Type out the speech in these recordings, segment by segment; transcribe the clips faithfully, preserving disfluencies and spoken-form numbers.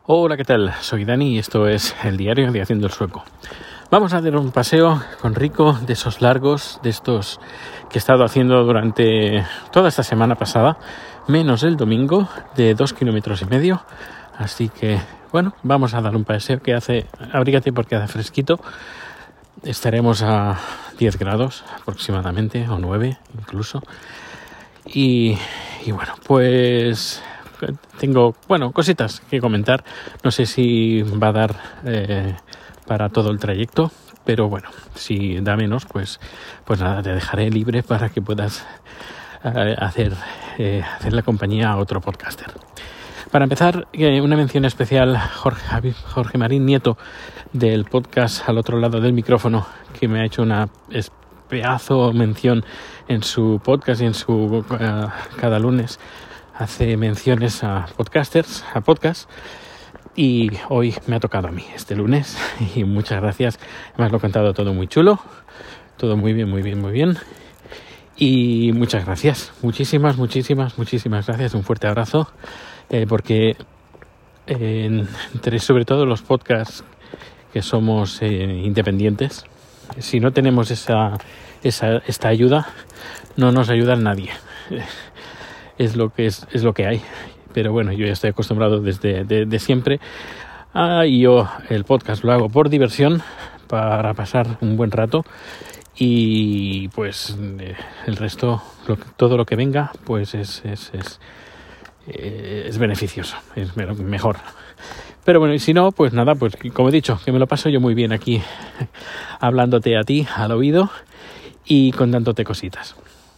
Hola, ¿qué tal? Soy Dani y esto es el diario de Haciendo el Sueco. Vamos a hacer un paseo con Rico de esos largos, de estos que he estado haciendo durante toda esta semana pasada, menos el domingo, de dos kilómetros y medio. Así que, bueno, vamos a dar un paseo que hace, abrígate porque hace fresquito. Estaremos a diez grados aproximadamente, o nueve incluso. Y, y bueno, pues tengo, bueno, cositas que comentar. No sé si va a dar eh, para todo el trayecto, pero bueno, si da menos, pues, pues nada, te dejaré libre para que puedas eh, hacer, eh, hacer la compañía a otro podcaster. Para empezar, eh, una mención especial a Jorge, Jorge Marín Nieto del podcast Al Otro Lado del Micrófono, que me ha hecho una pedazo mención en su podcast y en su uh, cada lunes hace menciones a podcasters, a podcast, y hoy me ha tocado a mí este lunes y muchas gracias. Me has lo contado todo muy chulo, todo muy bien, muy bien, muy bien. Y muchas gracias, muchísimas, muchísimas, muchísimas gracias. Un fuerte abrazo, eh, porque eh, entre sobre todo los podcasts que somos eh, independientes, si no tenemos esa, esa esta ayuda, no nos ayuda nadie. Es lo que es, es lo que hay. Pero bueno, yo ya estoy acostumbrado desde de, de siempre. Ah, y yo el podcast lo hago por diversión, para pasar un buen rato. Y pues eh, el resto, lo, todo lo que venga, pues es es, es, eh, es beneficioso, es mejor. Pero bueno, y si no, pues nada, pues como he dicho, que me lo paso yo muy bien aquí hablándote a ti al oído y contándote cositas.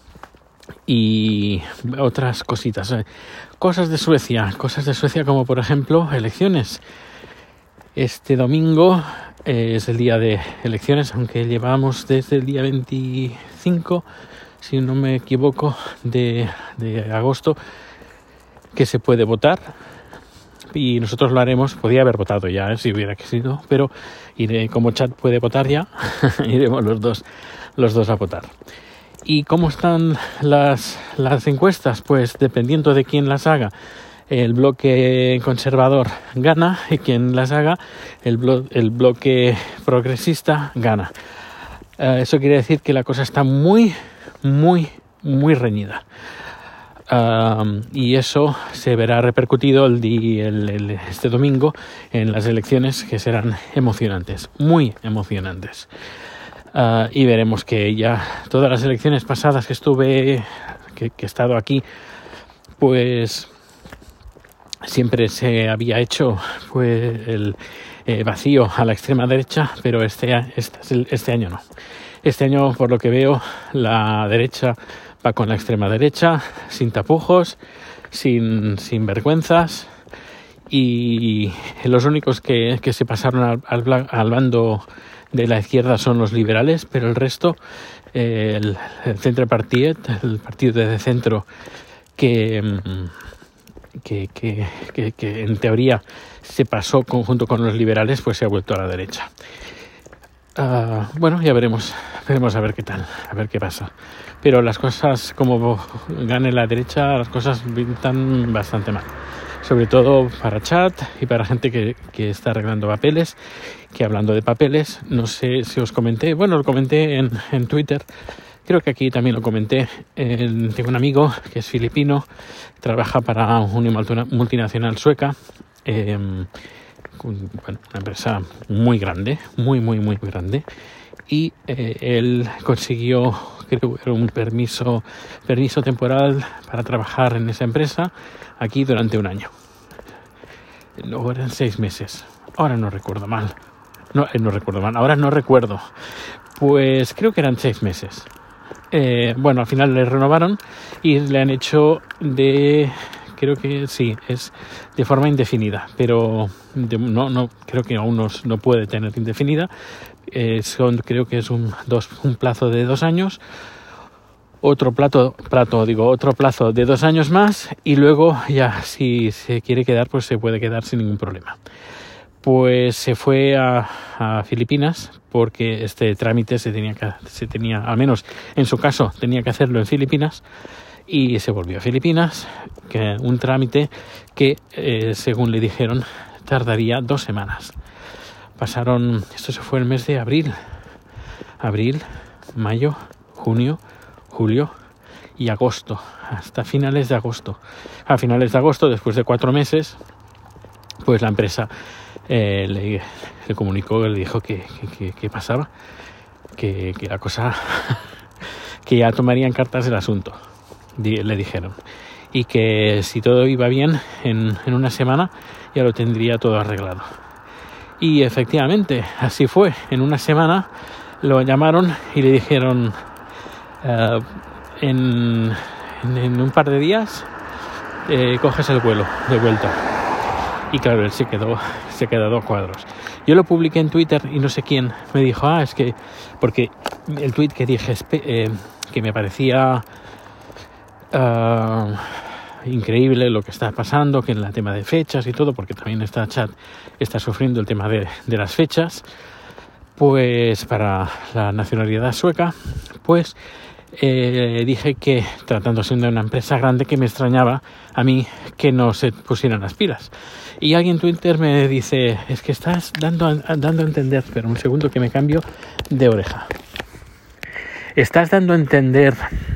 Y otras cositas, eh, cosas de Suecia, cosas de Suecia como por ejemplo elecciones. Este domingo eh, es el día de elecciones, aunque llevamos desde el día veinticinco, si no me equivoco, de, de agosto, que se puede votar. Y nosotros lo haremos, podía haber votado ya, eh, si hubiera querido, pero iré, como chat puede votar ya, iremos los dos, los dos a votar. ¿Y cómo están las, las encuestas? Pues dependiendo de quién las haga, el bloque conservador gana, y quien las haga, el, blo- el bloque progresista gana. Uh, eso quiere decir que la cosa está muy, muy, muy reñida. Uh, y eso se verá repercutido el, di- el, el, este domingo en las elecciones, que serán emocionantes, muy emocionantes. Uh, y veremos que ya todas las elecciones pasadas que estuve, que, que he estado aquí, pues siempre se había hecho pues, el eh, vacío a la extrema derecha, pero este, este, este año no. Este año, por lo que veo, la derecha va con la extrema derecha, sin tapujos, sin, sin vergüenzas, y los únicos que, que se pasaron al, al, al bando de la izquierda son los liberales, pero el resto, eh, el, el Centrepartiet, el partido de centro, que, que, que, que, que en teoría se pasó conjunto con los liberales, pues se ha vuelto a la derecha. Uh, bueno, ya veremos, veremos a ver qué tal, a ver qué pasa. Pero las cosas, como gane la derecha, las cosas pintan bastante mal. Sobre todo para chat y para gente que, que está arreglando papeles, que hablando de papeles, no sé si os comenté, bueno, lo comenté en, en Twitter, creo que aquí también lo comenté. Eh, tengo un amigo que es filipino, trabaja para una multinacional sueca, eh, bueno, una empresa muy grande, muy, muy, muy grande, y eh, él consiguió, creo, un permiso, permiso temporal para trabajar en esa empresa aquí durante un año. No, eran seis meses. Ahora no recuerdo mal. No, eh, no recuerdo mal. Ahora no recuerdo. Pues creo que eran seis meses. Eh, bueno, al final le renovaron y le han hecho de... Creo que sí, es de forma indefinida, pero de, no, no, creo que aún no, no puede tener indefinida. Eh, son, creo que es un, dos, un plazo de dos años. Otro plato, plato, digo, otro plazo de dos años más, y luego ya si se quiere quedar, pues se puede quedar sin ningún problema. Pues se fue a, a Filipinas porque este trámite se tenía que, se tenía, al menos en su caso, tenía que hacerlo en Filipinas, y se volvió a Filipinas, que un trámite que, eh, según le dijeron, tardaría dos semanas. Pasaron, esto se fue el mes de abril, abril, mayo, junio, julio y agosto, hasta finales de agosto. A finales de agosto, después de cuatro meses, pues la empresa eh, le, le comunicó, le dijo que, que, que, que pasaba, que, que la cosa, que ya tomarían cartas del asunto, le dijeron. Y que si todo iba bien, en, en una semana ya lo tendría todo arreglado. Y efectivamente, así fue. En una semana lo llamaron y le dijeron, uh, en, en, en un par de días eh, coges el vuelo de vuelta. Y claro, él se quedó, se quedó a cuadros. Yo lo publiqué en Twitter y no sé quién me dijo, ah, es que, porque el tweet que dije eh, que me parecía uh, increíble lo que está pasando, que en el tema de fechas y todo, porque también esta chat está sufriendo el tema de, de las fechas, pues para la nacionalidad sueca, pues eh, dije que tratándose de una empresa grande, que me extrañaba a mí que no se pusieran las pilas. Y alguien en Twitter me dice, es que estás dando a, dando a entender, pero un segundo que me cambio de oreja. Estás dando a entender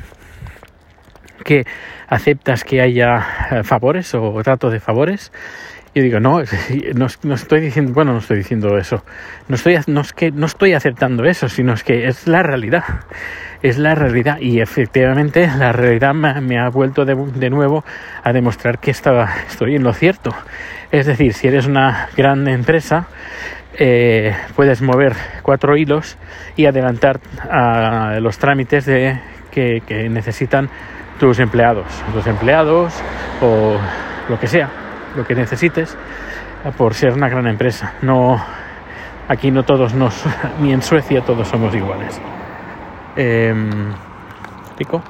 que aceptas que haya favores o trato de favores. Yo digo, no, no, no estoy diciendo, bueno, no estoy diciendo eso. No estoy, no es que no estoy aceptando eso, sino es que es la realidad. Es la realidad y efectivamente la realidad me, me ha vuelto de, de nuevo a demostrar que estaba, estoy en lo cierto. Es decir, si eres una gran empresa, eh, puedes mover cuatro hilos y adelantar a los trámites de que, que necesitan tus empleados, tus empleados o lo que sea, lo que necesites, por ser una gran empresa. No, aquí no todos nos, ni en Suecia todos somos iguales. Eh, ¿Pico?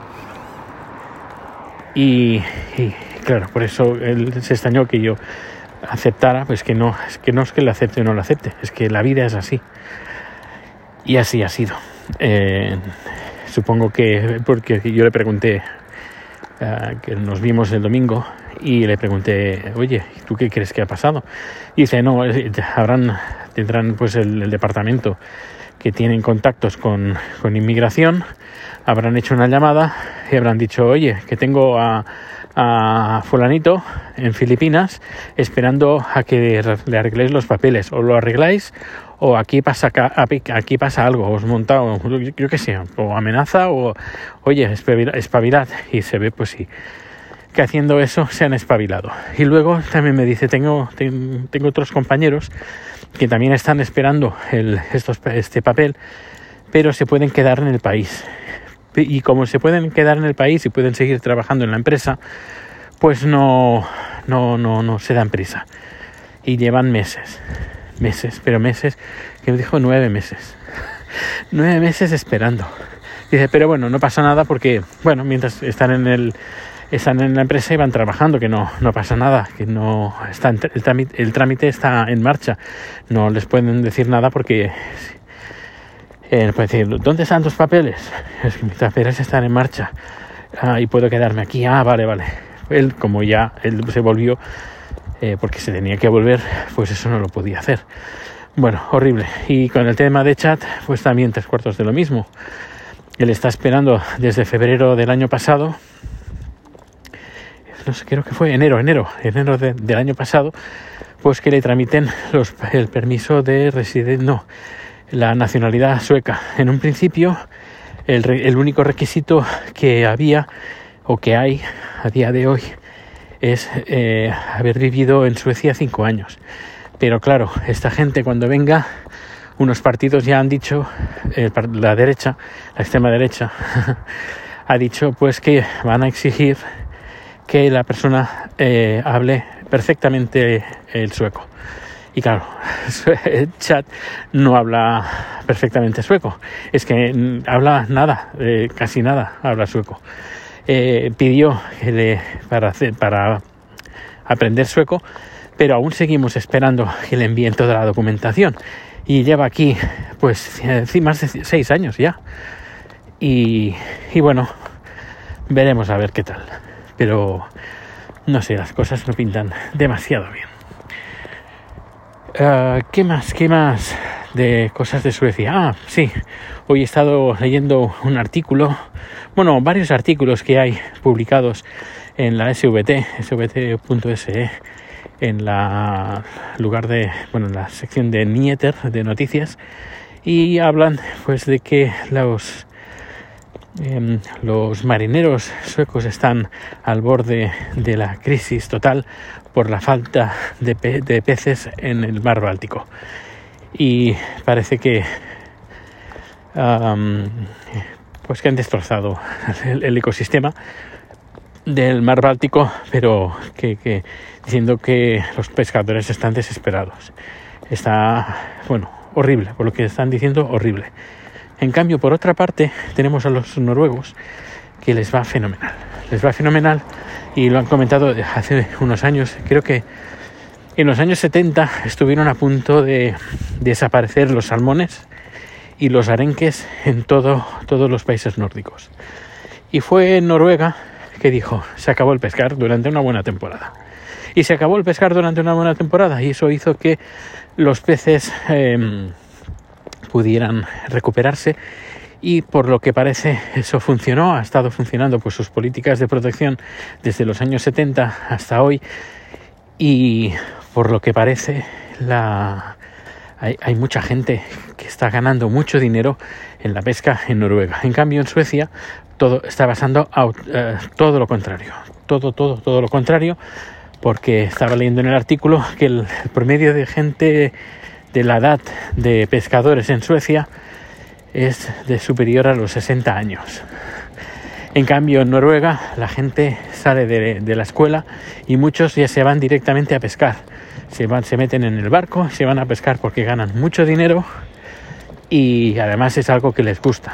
Y, y claro, por eso él se extrañó que yo aceptara, pues que no, es que no es que lo acepte o no lo acepte, es que la vida es así. Y así ha sido. Eh, supongo que, porque yo le pregunté, uh, que nos vimos el domingo, y le pregunté, oye, ¿tú qué crees que ha pasado? Y dice, no, habrán, tendrán pues el, el departamento que tienen contactos con, con inmigración, habrán hecho una llamada y habrán dicho, oye, que tengo a, a fulanito en Filipinas esperando a que le arregléis los papeles, o lo arregláis o aquí pasa aquí pasa algo, os monta, o yo qué sé, o amenaza, o oye, espabilad. Y se ve, pues sí, que haciendo eso se han espabilado. Y luego también me dice, tengo, ten, tengo otros compañeros que también están esperando el, estos, este papel, pero se pueden quedar en el país. Y como se pueden quedar en el país y pueden seguir trabajando en la empresa, pues no, no, no, no se dan prisa. Y llevan meses, meses, pero meses, que me dijo nueve meses. Nueve meses esperando. Dice, pero bueno, no pasa nada porque, bueno, mientras están en el... están en la empresa y van trabajando, que no, no pasa nada, que no está en, el, trámite, el trámite está en marcha. No les pueden decir nada porque eh, pueden decir, ¿dónde están tus papeles? Es que mis papeles están en marcha, ah, y puedo quedarme aquí. Ah, vale, vale. Él, como ya él se volvió, eh, porque se tenía que volver, pues eso no lo podía hacer. Bueno, horrible. Y con el tema de chat, pues también tres cuartos de lo mismo. Él está esperando desde febrero del año pasado, no sé, creo que fue enero, enero, enero de, del año pasado, pues que le tramiten los, el permiso de residencia, no, la nacionalidad sueca. En un principio, el, el único requisito que había o que hay a día de hoy es eh, haber vivido en Suecia cinco años. Pero claro, esta gente cuando venga, unos partidos ya han dicho, eh, la derecha, la extrema derecha, ha dicho pues que van a exigir que la persona eh, hable perfectamente el sueco. Y claro, el chat no habla perfectamente sueco. Es que habla nada, eh, casi nada habla sueco. Eh, pidió que le, para, hacer, para aprender sueco, pero aún seguimos esperando que le envíen toda la documentación. Y lleva aquí, pues, más de seis años ya. Y, y bueno, veremos a ver qué tal. Pero no sé, las cosas no pintan demasiado bien. Uh, ¿Qué más? ¿Qué más de cosas de Suecia? Ah, sí, hoy he estado leyendo un artículo, bueno, varios artículos que hay publicados en la S V T, S V T punto S E, en la lugar de, bueno, en la sección de Nyheter, de noticias, y hablan pues de que los eh, los marineros suecos están al borde de la crisis total por la falta de, pe- de peces en el mar Báltico, y parece que um, pues que han destrozado el, el ecosistema del mar Báltico, pero que, que diciendo que los pescadores están desesperados. Está, bueno, horrible, por lo que están diciendo, horrible. En cambio, por otra parte, tenemos a los noruegos, que les va fenomenal. Les va fenomenal, y lo han comentado hace unos años. Creo que en los años setenta estuvieron a punto de desaparecer los salmones y los arenques en todo, todos los países nórdicos. Y fue en Noruega que dijo, se acabó el pescar durante una buena temporada. Y se acabó el pescar durante una buena temporada, y eso hizo que los peces eh, pudieran recuperarse, y por lo que parece eso funcionó, ha estado funcionando pues sus políticas de protección desde los años setenta hasta hoy, y por lo que parece la hay, hay mucha gente que está ganando mucho dinero en la pesca en Noruega. En cambio, en Suecia todo está pasando a, uh, todo lo contrario, todo, todo, todo lo contrario, porque estaba leyendo en el artículo que el, el promedio de gente de la edad de pescadores en Suecia es de superior a los sesenta años. En cambio, en Noruega la gente sale de, de la escuela y muchos ya se van directamente a pescar. Se van, se meten en el barco, se van a pescar porque ganan mucho dinero, y además es algo que les gusta.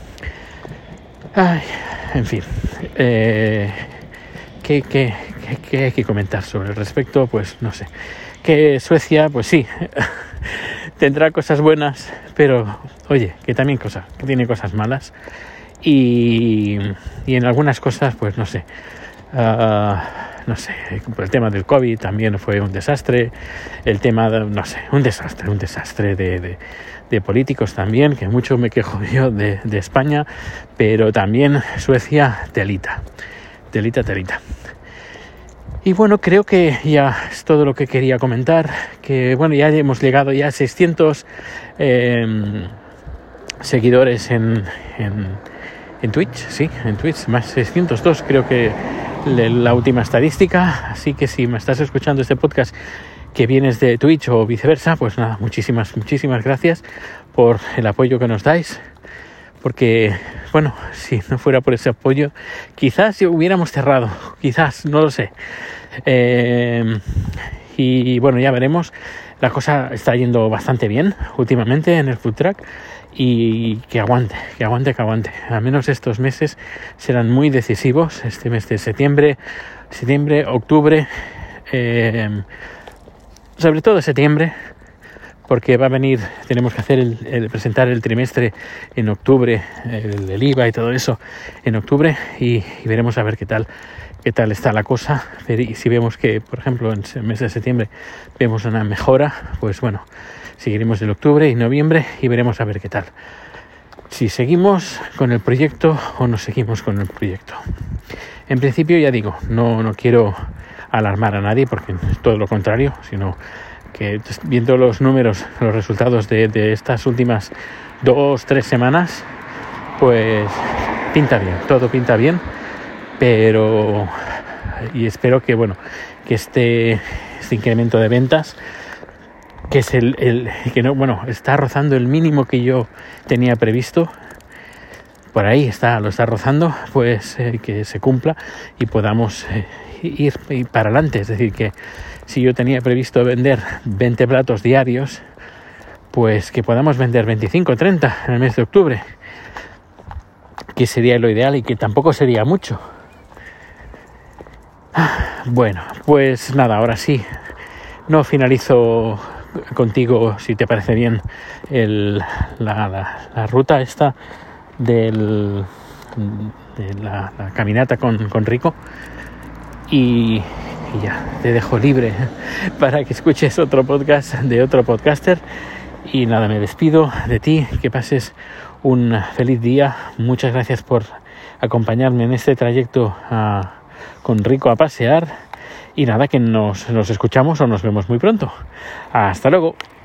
Ay, en fin, eh, ¿qué, qué, qué, qué hay que comentar sobre el respecto? Pues no sé. Que Suecia, pues sí, tendrá cosas buenas, pero oye, que también cosas, que tiene cosas malas, y, y en algunas cosas, pues no sé, uh, no sé, el tema del COVID también fue un desastre, el tema, de, no sé, un desastre, un desastre de, de, de políticos también, que mucho me quejo yo de, de España, pero también Suecia, telita, telita, telita. Y bueno, creo que ya es todo lo que quería comentar, que bueno, ya hemos llegado ya a seiscientos eh, seguidores en, en, en Twitch, sí, en Twitch, más seiscientos dos creo que la última estadística, así que si me estás escuchando este podcast que vienes de Twitch o viceversa, pues nada, muchísimas, muchísimas gracias por el apoyo que nos dais. Porque, bueno, si no fuera por ese apoyo, quizás hubiéramos cerrado, quizás, no lo sé. Eh, y bueno, ya veremos. La cosa está yendo bastante bien últimamente en el food truck, y que aguante, que aguante, que aguante. Al menos estos meses serán muy decisivos, este mes de septiembre, septiembre, octubre, eh, sobre todo septiembre, porque va a venir, tenemos que hacer el, el presentar el trimestre en octubre, el, el I V A y todo eso en octubre, y, y veremos a ver qué tal qué tal está la cosa. Y si vemos que, por ejemplo, en el mes de septiembre vemos una mejora, pues bueno, seguiremos en octubre y noviembre y veremos a ver qué tal. Si seguimos con el proyecto o no seguimos con el proyecto. En principio, ya digo, no, no quiero alarmar a nadie, porque es todo lo contrario, sino que viendo los números, los resultados de, de estas últimas dos, tres semanas, pues pinta bien, todo pinta bien, pero y espero que bueno, que este, este incremento de ventas, que es el, el que no, bueno, está rozando el mínimo que yo tenía previsto, por ahí está, lo está rozando, pues eh, que se cumpla y podamos eh, ir, ir para adelante. Es decir, que si yo tenía previsto vender veinte platos diarios, pues que podamos vender veinticinco o treinta en el mes de octubre, que sería lo ideal y que tampoco sería mucho. Bueno, pues nada, ahora sí, no finalizo contigo, si te parece bien, el, la, la, la ruta esta del, de la, la caminata con, con Rico, y, y ya, te dejo libre para que escuches otro podcast de otro podcaster. Y nada, me despido de ti, que pases un feliz día. Muchas gracias por acompañarme en este trayecto a, con Rico a pasear. Y nada, que nos, nos escuchamos o nos vemos muy pronto. Hasta luego.